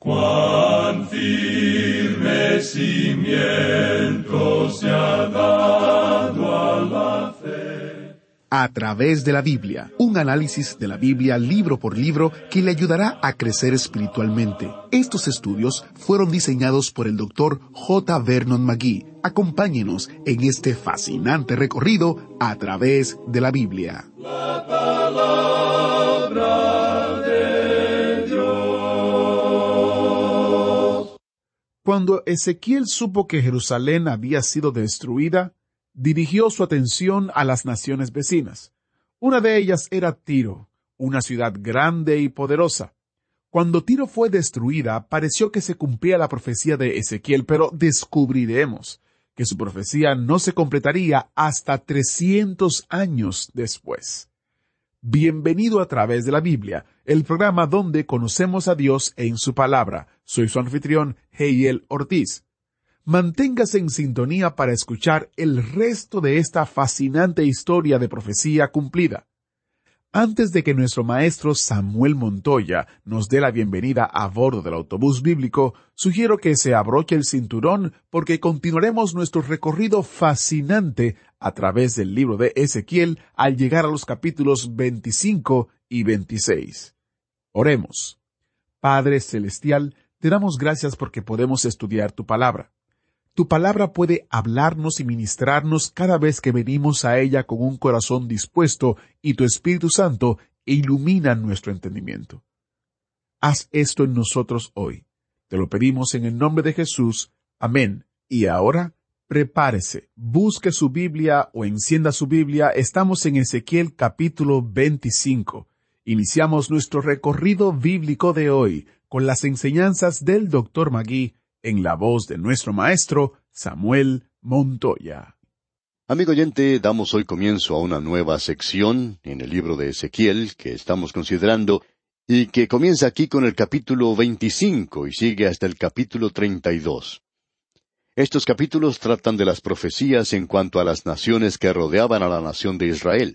Cuán firme cimiento se ha dado a la fe. A través de la Biblia, un análisis de la Biblia libro por libro que le ayudará a crecer espiritualmente. Estos estudios fueron diseñados por el Dr. J. Vernon McGee. Acompáñenos en este fascinante recorrido a través de la Biblia. La palabra de Dios. Cuando Ezequiel supo que Jerusalén había sido destruida, dirigió su atención a las naciones vecinas. Una de ellas era Tiro, una ciudad grande y poderosa. Cuando Tiro fue destruida, pareció que se cumplía la profecía de Ezequiel, pero descubriremos que su profecía no se completaría hasta 300 años después. Bienvenido a través de la Biblia, el programa donde conocemos a Dios en su palabra. Soy su anfitrión, Heiel Ortiz. Manténgase en sintonía para escuchar el resto de esta fascinante historia de profecía cumplida. Antes de que nuestro maestro Samuel Montoya nos dé la bienvenida a bordo del autobús bíblico, sugiero que se abroche el cinturón porque continuaremos nuestro recorrido fascinante a través del libro de Ezequiel al llegar a los capítulos 25 y 26. Oremos. Padre Celestial, te damos gracias porque podemos estudiar tu palabra. Tu palabra puede hablarnos y ministrarnos cada vez que venimos a ella con un corazón dispuesto y tu Espíritu Santo ilumina nuestro entendimiento. Haz esto en nosotros hoy. Te lo pedimos en el nombre de Jesús. Amén. Y ahora, prepárese, busque su Biblia o encienda su Biblia. Estamos en Ezequiel capítulo 25. Iniciamos nuestro recorrido bíblico de hoy con las enseñanzas del Dr. McGee en la voz de nuestro maestro Samuel Montoya. Amigo oyente, damos hoy comienzo a una nueva sección en el libro de Ezequiel que estamos considerando y que comienza aquí con el capítulo 25 y sigue hasta el capítulo 32. Estos capítulos tratan de las profecías en cuanto a las naciones que rodeaban a la nación de Israel.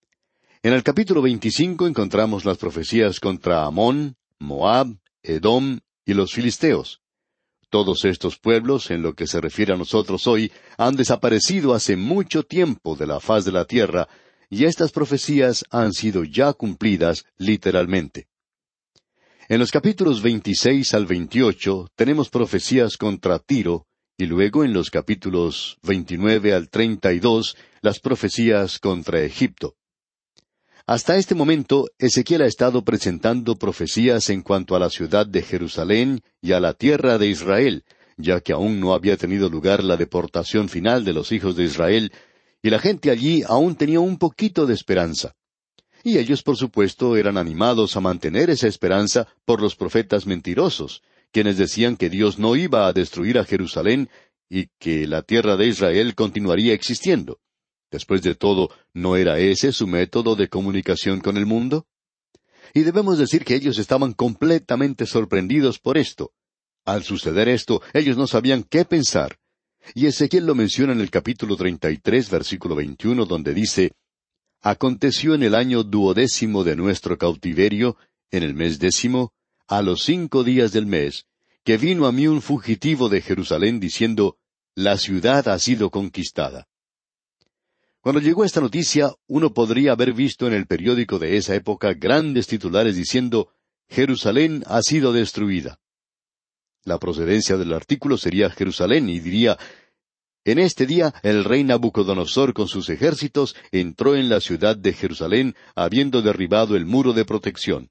En el capítulo 25 encontramos las profecías contra Amón, Moab, Edom y los filisteos. Todos estos pueblos, en lo que se refiere a nosotros hoy, han desaparecido hace mucho tiempo de la faz de la tierra, y estas profecías han sido ya cumplidas literalmente. En los capítulos 26 al 28 tenemos profecías contra Tiro, y luego en los capítulos 29 al 32 las profecías contra Egipto. Hasta este momento, Ezequiel ha estado presentando profecías en cuanto a la ciudad de Jerusalén y a la tierra de Israel, ya que aún no había tenido lugar la deportación final de los hijos de Israel, y la gente allí aún tenía un poquito de esperanza. Y ellos, por supuesto, eran animados a mantener esa esperanza por los profetas mentirosos, quienes decían que Dios no iba a destruir a Jerusalén y que la tierra de Israel continuaría existiendo. Después de todo, ¿no era ese su método de comunicación con el mundo? Y debemos decir que ellos estaban completamente sorprendidos por esto. Al suceder esto, ellos no sabían qué pensar. Y Ezequiel lo menciona en el capítulo 33, versículo 21, donde dice: «Aconteció en el año 12º de nuestro cautiverio, en el mes 10, a los 5 días del mes, que vino a mí un fugitivo de Jerusalén diciendo: La ciudad ha sido conquistada». Cuando llegó esta noticia, uno podría haber visto en el periódico de esa época grandes titulares diciendo: «Jerusalén ha sido destruida». La procedencia del artículo sería Jerusalén y diría: «En este día el rey Nabucodonosor con sus ejércitos entró en la ciudad de Jerusalén habiendo derribado el muro de protección».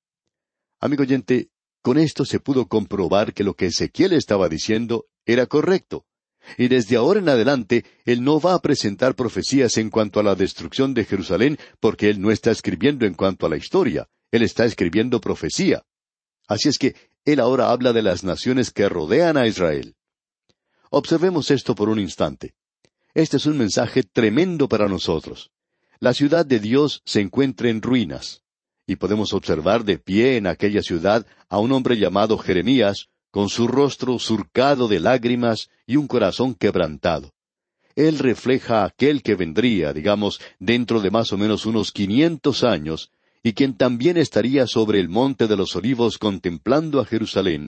Amigo oyente, con esto se pudo comprobar que lo que Ezequiel estaba diciendo era correcto. Y desde ahora en adelante, él no va a presentar profecías en cuanto a la destrucción de Jerusalén, porque él no está escribiendo en cuanto a la historia, él está escribiendo profecía. Así es que él ahora habla de las naciones que rodean a Israel. Observemos esto por un instante. Este es un mensaje tremendo para nosotros. La ciudad de Dios se encuentra en ruinas, y podemos observar de pie en aquella ciudad a un hombre llamado Jeremías, con su rostro surcado de lágrimas y un corazón quebrantado. Él refleja a aquel que vendría, digamos, dentro de más o menos unos 500 años, y quien también estaría sobre el monte de los olivos contemplando a Jerusalén,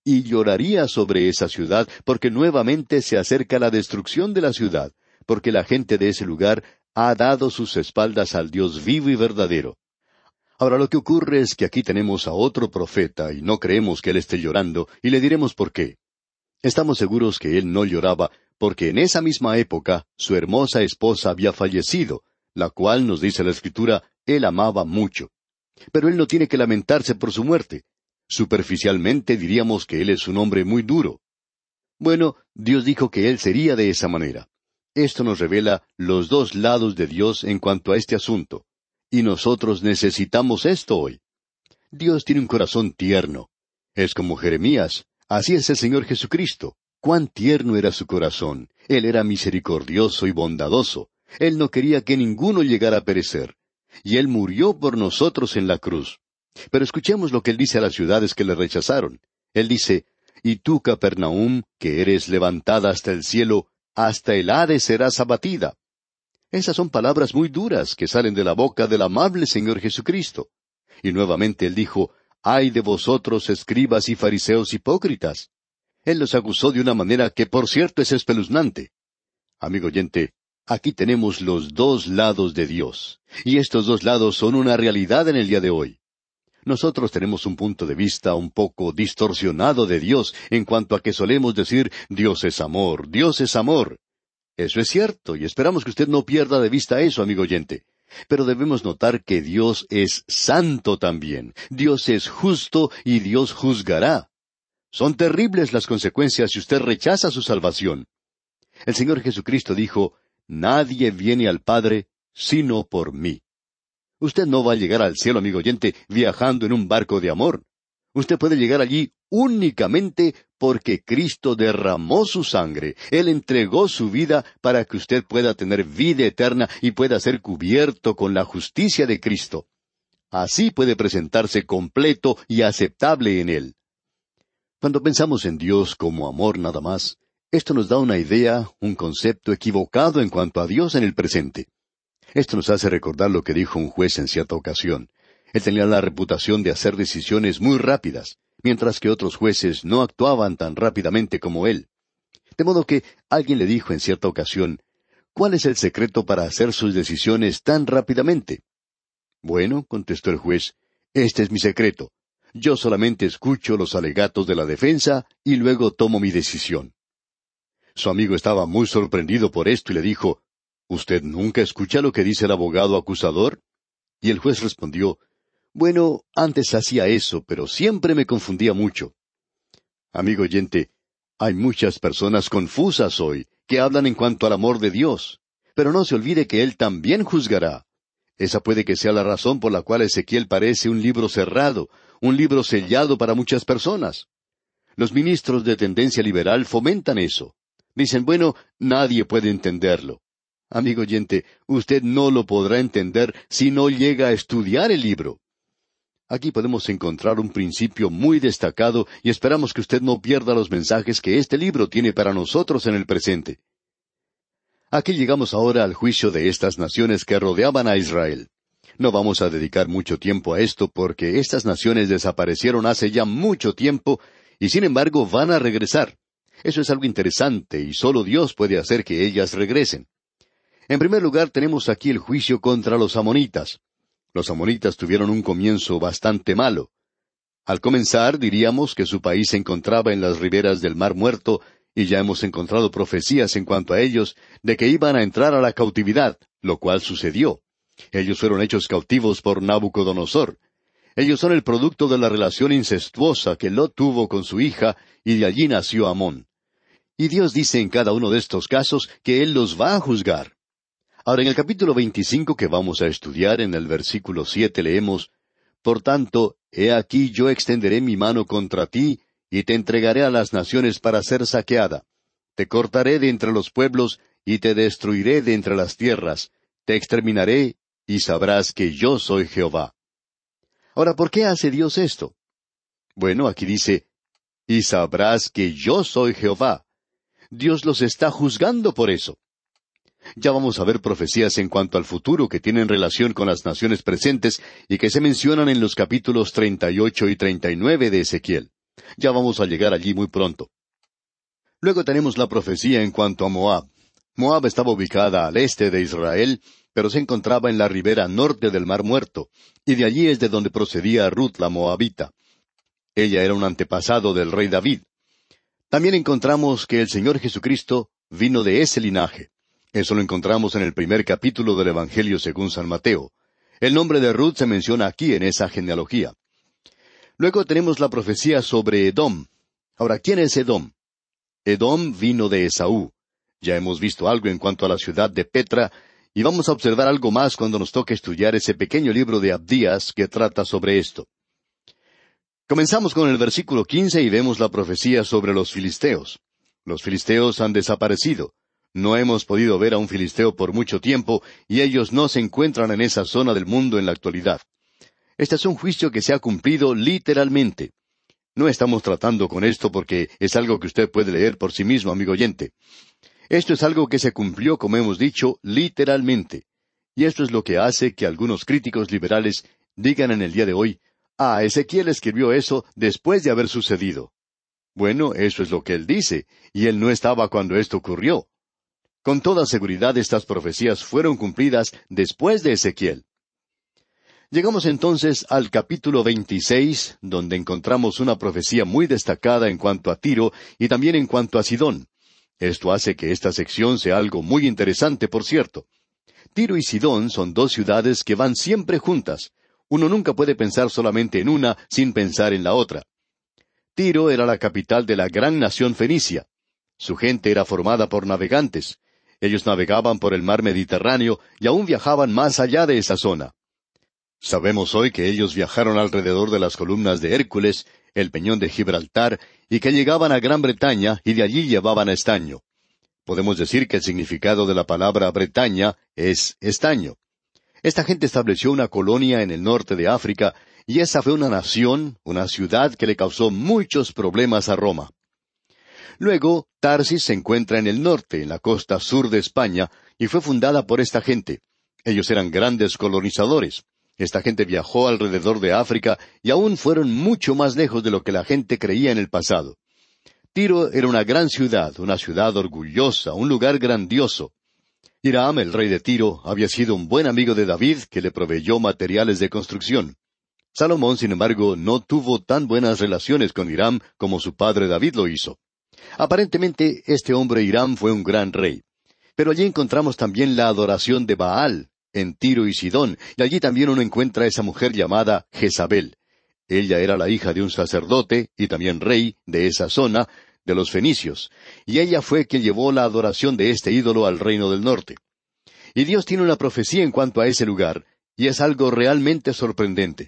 y lloraría sobre esa ciudad, porque nuevamente se acerca la destrucción de la ciudad, porque la gente de ese lugar ha dado sus espaldas al Dios vivo y verdadero. Ahora lo que ocurre es que aquí tenemos a otro profeta, y no creemos que él esté llorando, y le diremos por qué. Estamos seguros que él no lloraba, porque en esa misma época su hermosa esposa había fallecido, la cual, nos dice la Escritura, él amaba mucho. Pero él no tiene que lamentarse por su muerte. Superficialmente diríamos que él es un hombre muy duro. Bueno, Dios dijo que él sería de esa manera. Esto nos revela los dos lados de Dios en cuanto a este asunto. Y nosotros necesitamos esto hoy. Dios tiene un corazón tierno. Es como Jeremías. Así es el Señor Jesucristo. Cuán tierno era su corazón. Él era misericordioso y bondadoso. Él no quería que ninguno llegara a perecer. Y Él murió por nosotros en la cruz. Pero escuchemos lo que Él dice a las ciudades que le rechazaron. Él dice, «Y tú, Capernaum, que eres levantada hasta el cielo, hasta el Hades serás abatida». Esas son palabras muy duras que salen de la boca del amable Señor Jesucristo. Y nuevamente Él dijo, «Ay de vosotros, escribas y fariseos hipócritas». Él los acusó de una manera que, por cierto, es espeluznante. Amigo oyente, aquí tenemos los dos lados de Dios. Y estos dos lados son una realidad en el día de hoy. Nosotros tenemos un punto de vista un poco distorsionado de Dios en cuanto a que solemos decir, Dios es amor, Dios es amor. Eso es cierto, y esperamos que usted no pierda de vista eso, amigo oyente. Pero debemos notar que Dios es santo también. Dios es justo y Dios juzgará. Son terribles las consecuencias si usted rechaza su salvación. El Señor Jesucristo dijo, «Nadie viene al Padre sino por mí». Usted no va a llegar al cielo, amigo oyente, viajando en un barco de amor. Usted puede llegar allí únicamente porque Cristo derramó su sangre. Él entregó su vida para que usted pueda tener vida eterna y pueda ser cubierto con la justicia de Cristo. Así puede presentarse completo y aceptable en Él. Cuando pensamos en Dios como amor nada más, esto nos da una idea, un concepto equivocado en cuanto a Dios en el presente. Esto nos hace recordar lo que dijo un juez en cierta ocasión. Él tenía la reputación de hacer decisiones muy rápidas, mientras que otros jueces no actuaban tan rápidamente como él. De modo que alguien le dijo en cierta ocasión, «¿Cuál es el secreto para hacer sus decisiones tan rápidamente?» «Bueno», contestó el juez, «este es mi secreto. Yo solamente escucho los alegatos de la defensa y luego tomo mi decisión». Su amigo estaba muy sorprendido por esto y le dijo, «¿Usted nunca escucha lo que dice el abogado acusador?» Y el juez respondió, «Bueno, antes hacía eso, pero siempre me confundía mucho». Amigo oyente, hay muchas personas confusas hoy, que hablan en cuanto al amor de Dios. Pero no se olvide que Él también juzgará. Esa puede que sea la razón por la cual Ezequiel parece un libro cerrado, un libro sellado para muchas personas. Los ministros de tendencia liberal fomentan eso. Dicen, bueno, nadie puede entenderlo. Amigo oyente, usted no lo podrá entender si no llega a estudiar el libro. Aquí podemos encontrar un principio muy destacado y esperamos que usted no pierda los mensajes que este libro tiene para nosotros en el presente. Aquí llegamos ahora al juicio de estas naciones que rodeaban a Israel. No vamos a dedicar mucho tiempo a esto porque estas naciones desaparecieron hace ya mucho tiempo y sin embargo van a regresar. Eso es algo interesante y solo Dios puede hacer que ellas regresen. En primer lugar tenemos aquí el juicio contra los amonitas. Los amonitas tuvieron un comienzo bastante malo. Al comenzar diríamos que su país se encontraba en las riberas del Mar Muerto y ya hemos encontrado profecías en cuanto a ellos de que iban a entrar a la cautividad, lo cual sucedió. Ellos fueron hechos cautivos por Nabucodonosor. Ellos son el producto de la relación incestuosa que Lot tuvo con su hija y de allí nació Amón. Y Dios dice en cada uno de estos casos que Él los va a juzgar. Ahora, en el capítulo 25 que vamos a estudiar, en el versículo 7 leemos, «Por tanto, he aquí yo extenderé mi mano contra ti, y te entregaré a las naciones para ser saqueada. Te cortaré de entre los pueblos, y te destruiré de entre las tierras. Te exterminaré, y sabrás que yo soy Jehová». Ahora, ¿por qué hace Dios esto? Bueno, aquí dice, «Y sabrás que yo soy Jehová». Dios los está juzgando por eso. Ya vamos a ver profecías en cuanto al futuro que tienen relación con las naciones presentes y que se mencionan en los capítulos 38 y 39 de Ezequiel. Ya vamos a llegar allí muy pronto. Luego tenemos la profecía en cuanto a Moab. Moab estaba ubicada al este de Israel, pero se encontraba en la ribera norte del Mar Muerto, y de allí es de donde procedía Ruth la Moabita. Ella era un antepasado del rey David. También encontramos que el Señor Jesucristo vino de ese linaje. Eso lo encontramos en el primer capítulo del Evangelio según San Mateo. El nombre de Ruth se menciona aquí en esa genealogía. Luego tenemos la profecía sobre Edom. Ahora, ¿quién es Edom? Edom vino de Esaú. Ya hemos visto algo en cuanto a la ciudad de Petra, y vamos a observar algo más cuando nos toque estudiar ese pequeño libro de Abdías que trata sobre esto. Comenzamos con el versículo 15 y vemos la profecía sobre los filisteos. Los filisteos han desaparecido. No hemos podido ver a un filisteo por mucho tiempo, y ellos no se encuentran en esa zona del mundo en la actualidad. Este es un juicio que se ha cumplido literalmente. No estamos tratando con esto porque es algo que usted puede leer por sí mismo, amigo oyente. Esto es algo que se cumplió, como hemos dicho, literalmente. Y esto es lo que hace que algunos críticos liberales digan en el día de hoy, Ezequiel escribió eso después de haber sucedido. Bueno, eso es lo que él dice, y él no estaba cuando esto ocurrió. Con toda seguridad estas profecías fueron cumplidas después de Ezequiel. Llegamos entonces al capítulo 26, donde encontramos una profecía muy destacada en cuanto a Tiro y también en cuanto a Sidón. Esto hace que esta sección sea algo muy interesante, por cierto. Tiro y Sidón son dos ciudades que van siempre juntas. Uno nunca puede pensar solamente en una sin pensar en la otra. Tiro era la capital de la gran nación fenicia. Su gente era formada por navegantes. Ellos navegaban por el mar Mediterráneo y aún viajaban más allá de esa zona. Sabemos hoy que ellos viajaron alrededor de las columnas de Hércules, el peñón de Gibraltar, y que llegaban a Gran Bretaña y de allí llevaban a estaño. Podemos decir que el significado de la palabra Bretaña es estaño. Esta gente estableció una colonia en el norte de África, y esa fue una nación, una ciudad que le causó muchos problemas a Roma. Luego, Tarsis se encuentra en el norte, en la costa sur de España, y fue fundada por esta gente. Ellos eran grandes colonizadores. Esta gente viajó alrededor de África y aún fueron mucho más lejos de lo que la gente creía en el pasado. Tiro era una gran ciudad, una ciudad orgullosa, un lugar grandioso. Hiram, el rey de Tiro, había sido un buen amigo de David que le proveyó materiales de construcción. Salomón, sin embargo, no tuvo tan buenas relaciones con Hiram como su padre David lo hizo. Aparentemente, este hombre Hiram fue un gran rey. Pero allí encontramos también la adoración de Baal, en Tiro y Sidón, y allí también uno encuentra a esa mujer llamada Jezabel. Ella era la hija de un sacerdote, y también rey, de esa zona, de los fenicios, y ella fue quien llevó la adoración de este ídolo al reino del norte. Y Dios tiene una profecía en cuanto a ese lugar, y es algo realmente sorprendente.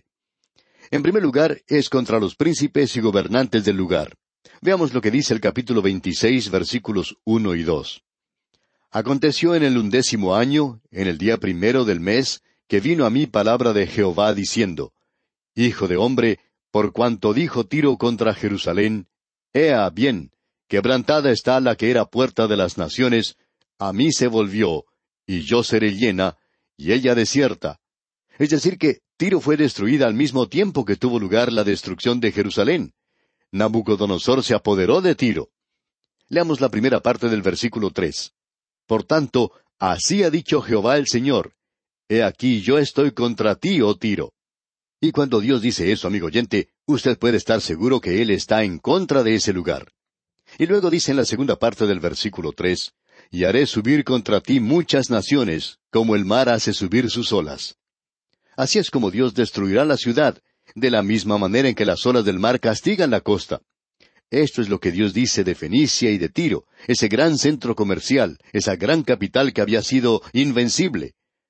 En primer lugar, es contra los príncipes y gobernantes del lugar. Veamos lo que dice el capítulo 26, versículos 1 y 2. Aconteció en el 11º año, en el día 1 del mes, que vino a mí palabra de Jehová diciendo, Hijo de hombre, por cuanto dijo Tiro contra Jerusalén, Ea bien, quebrantada está la que era puerta de las naciones, a mí se volvió, y yo seré llena, y ella desierta. Es decir que Tiro fue destruida al mismo tiempo que tuvo lugar la destrucción de Jerusalén. Nabucodonosor se apoderó de Tiro. Leamos la primera parte del versículo 3. Por tanto, así ha dicho Jehová el Señor, He aquí yo estoy contra ti, oh Tiro. Y cuando Dios dice eso, amigo oyente, usted puede estar seguro que Él está en contra de ese lugar. Y luego dice en la segunda parte del versículo 3, Y haré subir contra ti muchas naciones, como el mar hace subir sus olas. Así es como Dios destruirá la ciudad, de la misma manera en que las olas del mar castigan la costa. Esto es lo que Dios dice de Fenicia y de Tiro, ese gran centro comercial, esa gran capital que había sido invencible.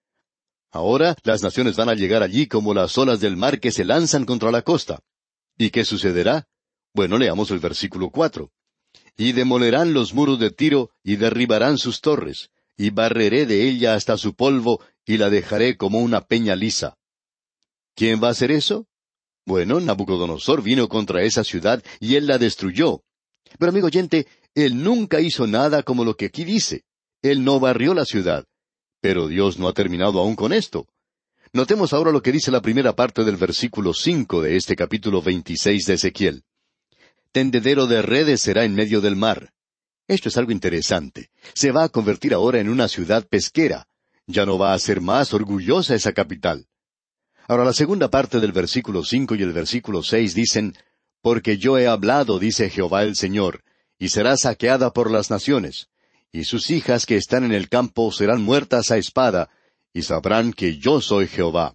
Ahora las naciones van a llegar allí como las olas del mar que se lanzan contra la costa. ¿Y qué sucederá? Bueno, leamos el versículo 4. Y demolerán los muros de Tiro, y derribarán sus torres, y barreré de ella hasta su polvo, y la dejaré como una peña lisa. ¿Quién va a hacer eso? Bueno, Nabucodonosor vino contra esa ciudad y él la destruyó. Pero amigo oyente, él nunca hizo nada como lo que aquí dice. Él no barrió la ciudad. Pero Dios no ha terminado aún con esto. Notemos ahora lo que dice la primera parte del versículo 5 de este capítulo 26 de Ezequiel. tendedero de redes será en medio del mar. Esto es algo interesante. Se va a convertir ahora en una ciudad pesquera. Ya no va a ser más orgullosa esa capital. Ahora la segunda parte del versículo 5 y el versículo 6 dicen, Porque yo he hablado, dice Jehová el Señor, y será saqueada por las naciones, y sus hijas que están en el campo serán muertas a espada, y sabrán que yo soy Jehová.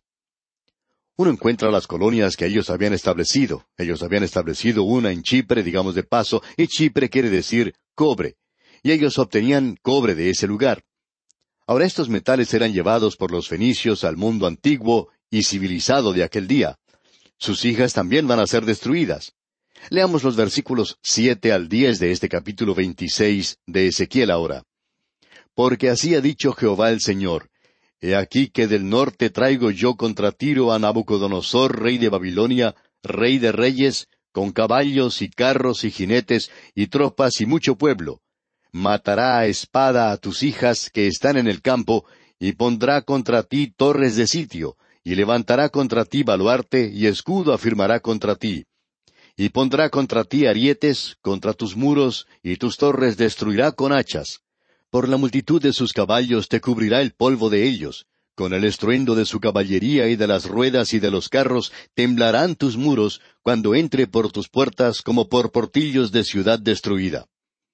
Uno encuentra las colonias que ellos habían establecido. Ellos habían establecido una en Chipre, digamos de paso, y Chipre quiere decir cobre, y ellos obtenían cobre de ese lugar. Ahora estos metales eran llevados por los fenicios al mundo antiguo y civilizado de aquel día. Sus hijas también van a ser destruidas. Leamos los versículos 7 al 10 de este capítulo 26 de Ezequiel ahora. Porque así ha dicho Jehová el Señor, He aquí que del norte traigo yo contra Tiro a Nabucodonosor, rey de Babilonia, rey de reyes, con caballos y carros y jinetes y tropas y mucho pueblo. Matará a espada a tus hijas que están en el campo, y pondrá contra ti torres de sitio, y levantará contra ti baluarte, y escudo afirmará contra ti. Y pondrá contra ti arietes, contra tus muros, y tus torres destruirá con hachas. Por la multitud de sus caballos te cubrirá el polvo de ellos. Con el estruendo de su caballería y de las ruedas y de los carros temblarán tus muros cuando entre por tus puertas como por portillos de ciudad destruida.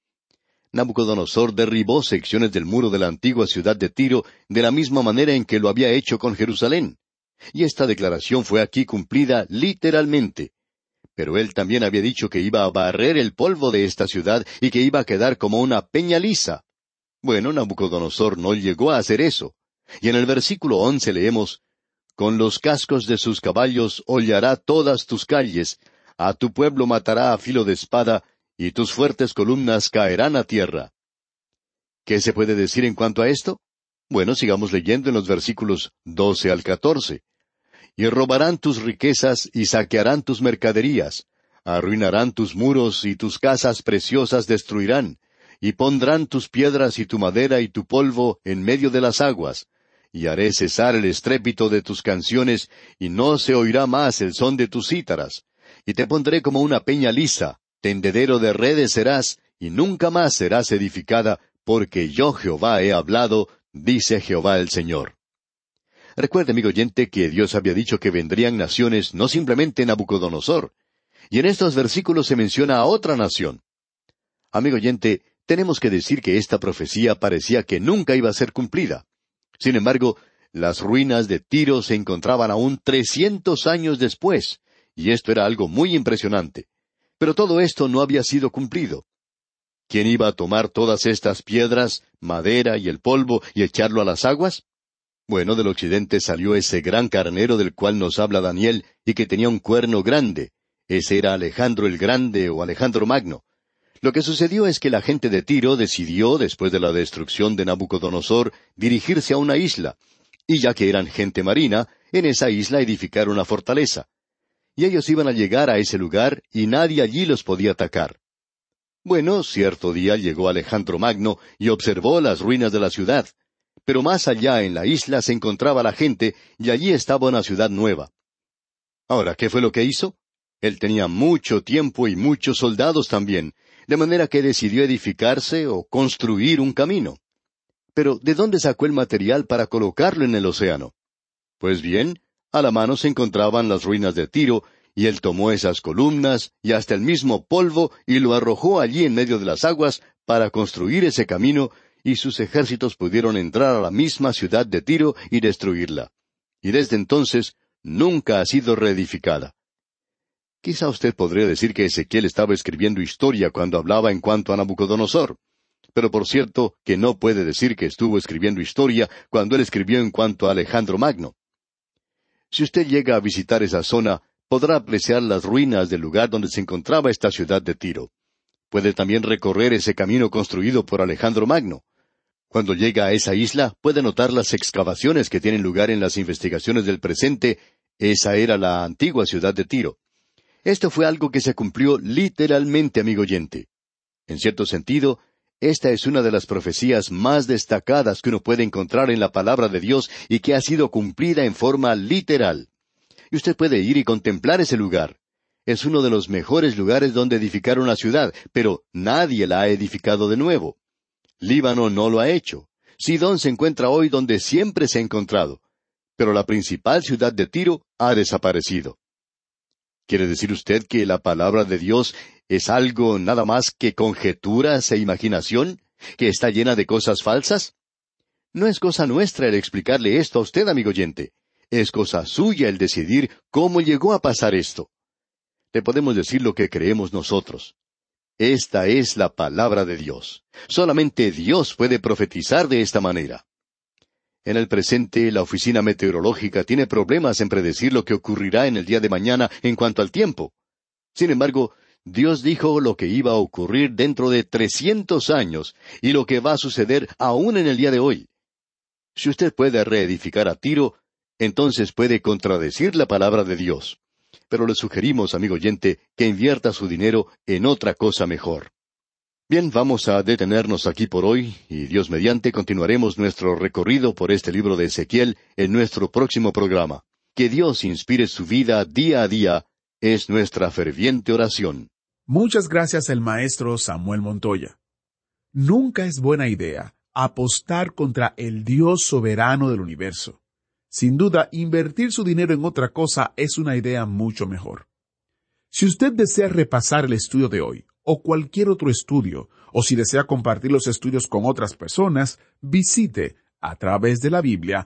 Nabucodonosor derribó secciones del muro de la antigua ciudad de Tiro de la misma manera en que lo había hecho con Jerusalén. Y esta declaración fue aquí cumplida literalmente. Pero él también había dicho que iba a barrer el polvo de esta ciudad y que iba a quedar como una peña lisa. Bueno, Nabucodonosor no llegó a hacer eso. Y en el versículo 11 leemos, Con los cascos de sus caballos hollará todas tus calles, a tu pueblo matará a filo de espada, y tus fuertes columnas caerán a tierra. ¿Qué se puede decir en cuanto a esto? Bueno, sigamos leyendo en los versículos 12 al 14. Y robarán tus riquezas y saquearán tus mercaderías, arruinarán tus muros y tus casas preciosas destruirán, y pondrán tus piedras y tu madera y tu polvo en medio de las aguas, y haré cesar el estrépito de tus canciones, y no se oirá más el son de tus cítaras, y te pondré como una peña lisa, tendedero de redes serás, y nunca más serás edificada, porque yo Jehová he hablado, dice Jehová el Señor. Recuerde, amigo oyente, que Dios había dicho que vendrían naciones, no simplemente Nabucodonosor. Y en estos versículos se menciona a otra nación. Amigo oyente, tenemos que decir que esta profecía parecía que nunca iba a ser cumplida. Sin embargo, las ruinas de Tiro se encontraban aún 300 años después, y esto era algo muy impresionante. Pero todo esto no había sido cumplido. ¿Quién iba a tomar todas estas piedras, madera y el polvo y echarlo a las aguas? Bueno, del occidente salió ese gran carnero del cual nos habla Daniel y que tenía un cuerno grande. Ese era Alejandro el Grande o Alejandro Magno. Lo que sucedió es que la gente de Tiro decidió, después de la destrucción de Nabucodonosor, dirigirse a una isla, y ya que eran gente marina, en esa isla edificaron una fortaleza. Y ellos iban a llegar a ese lugar y nadie allí los podía atacar. Bueno, cierto día llegó Alejandro Magno y observó las ruinas de la ciudad. Pero más allá en la isla se encontraba la gente y allí estaba una ciudad nueva. Ahora, ¿qué fue lo que hizo? Él tenía mucho tiempo y muchos soldados también, de manera que decidió edificarse o construir un camino. Pero, ¿de dónde sacó el material para colocarlo en el océano? Pues bien, a la mano se encontraban las ruinas de Tiro, y él tomó esas columnas y hasta el mismo polvo y lo arrojó allí en medio de las aguas para construir ese camino, y sus ejércitos pudieron entrar a la misma ciudad de Tiro y destruirla. Y desde entonces nunca ha sido reedificada. Quizá usted podría decir que Ezequiel estaba escribiendo historia cuando hablaba en cuanto a Nabucodonosor. Pero por cierto que no puede decir que estuvo escribiendo historia cuando él escribió en cuanto a Alejandro Magno. Si usted llega a visitar esa zona, podrá apreciar las ruinas del lugar donde se encontraba esta ciudad de Tiro. Puede también recorrer ese camino construido por Alejandro Magno. Cuando llega a esa isla, puede notar las excavaciones que tienen lugar en las investigaciones del presente. Esa era la antigua ciudad de Tiro. Esto fue algo que se cumplió literalmente, amigo oyente. En cierto sentido, esta es una de las profecías más destacadas que uno puede encontrar en la palabra de Dios y que ha sido cumplida en forma literal. Y usted puede ir y contemplar ese lugar. es uno de los mejores lugares donde edificar una ciudad, pero nadie la ha edificado de nuevo. Líbano no lo ha hecho. Sidón se encuentra hoy donde siempre se ha encontrado, pero la principal ciudad de Tiro ha desaparecido. ¿Quiere decir usted que la palabra de Dios es algo nada más que conjeturas e imaginación, que está llena de cosas falsas? No es cosa nuestra el explicarle esto a usted, amigo oyente. Es cosa suya el decidir cómo llegó a pasar esto. Le podemos decir lo que creemos nosotros. Esta es la palabra de Dios. Solamente Dios puede profetizar de esta manera. En el presente, la oficina meteorológica tiene problemas en predecir lo que ocurrirá en el día de mañana en cuanto al tiempo. Sin embargo, Dios dijo lo que iba a ocurrir dentro de 300 años y lo que va a suceder aún en el día de hoy. Si usted puede reedificar a Tiro, entonces puede contradecir la palabra de Dios. Pero le sugerimos, amigo oyente, que invierta su dinero en otra cosa mejor. Bien, vamos a detenernos aquí por hoy, y Dios mediante continuaremos nuestro recorrido por este libro de Ezequiel en nuestro próximo programa. Que Dios inspire su vida día a día, es nuestra ferviente oración. Muchas gracias al maestro Samuel Montoya. Nunca es buena idea apostar contra el Dios soberano del universo. Sin duda, invertir su dinero en otra cosa es una idea mucho mejor. Si usted desea repasar el estudio de hoy, o cualquier otro estudio, o si desea compartir los estudios con otras personas, visite a través de la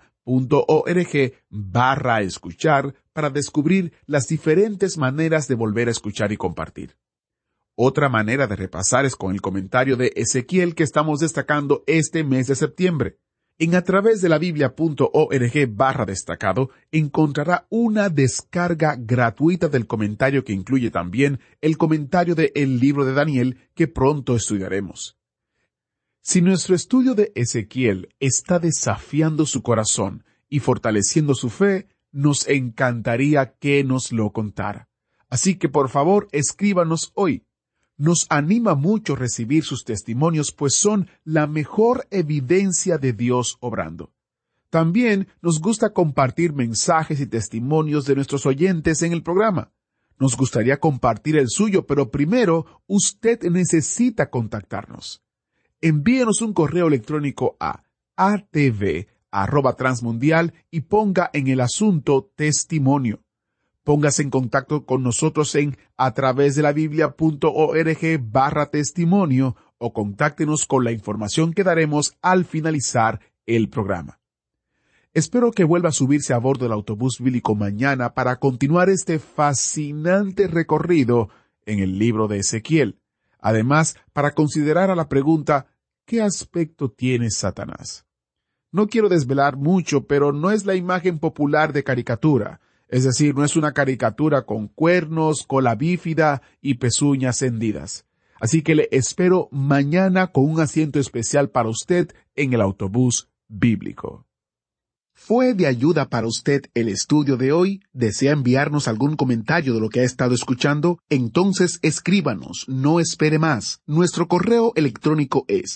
Biblia.org/escuchar para descubrir las diferentes maneras de volver a escuchar y compartir. Otra manera de repasar es con el comentario de Ezequiel que estamos destacando este mes de septiembre. En a través de la Biblia.org/destacado encontrará una descarga gratuita del comentario que incluye también el comentario de El libro de Daniel que pronto estudiaremos. Si nuestro estudio de Ezequiel está desafiando su corazón y fortaleciendo su fe, nos encantaría que nos lo contara. Así que por favor escríbanos hoy. Nos anima mucho recibir sus testimonios, pues son la mejor evidencia de Dios obrando. También nos gusta compartir mensajes y testimonios de nuestros oyentes en el programa. Nos gustaría compartir el suyo, pero primero usted necesita contactarnos. Envíenos un correo electrónico a atv@transmundial y ponga en el asunto testimonio. Póngase en contacto con nosotros en a través de la Biblia.org/testimonio o contáctenos con la información que daremos al finalizar el programa. Espero que vuelva a subirse a bordo del autobús bíblico mañana para continuar este fascinante recorrido en el libro de Ezequiel. Además, para considerar a la pregunta, ¿qué aspecto tiene Satanás? No quiero desvelar mucho, pero no es la imagen popular de caricatura. Es decir, no es una caricatura con cuernos, cola bífida y pezuñas hendidas. Así que le espero mañana con un asiento especial para usted en el autobús bíblico. ¿Fue de ayuda para usted el estudio de hoy? ¿Desea enviarnos algún comentario de lo que ha estado escuchando? Entonces escríbanos, no espere más. Nuestro correo electrónico es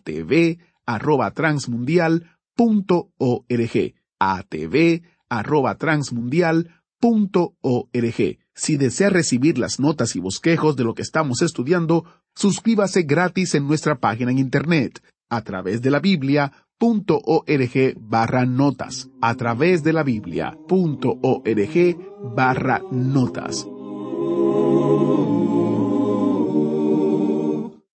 atv@transmundial.org. atv@transmundial.org. Si desea recibir las notas y bosquejos de lo que estamos estudiando, suscríbase gratis en nuestra página en internet, a través de la Biblia.org/notas, a través de la Biblia.org/notas.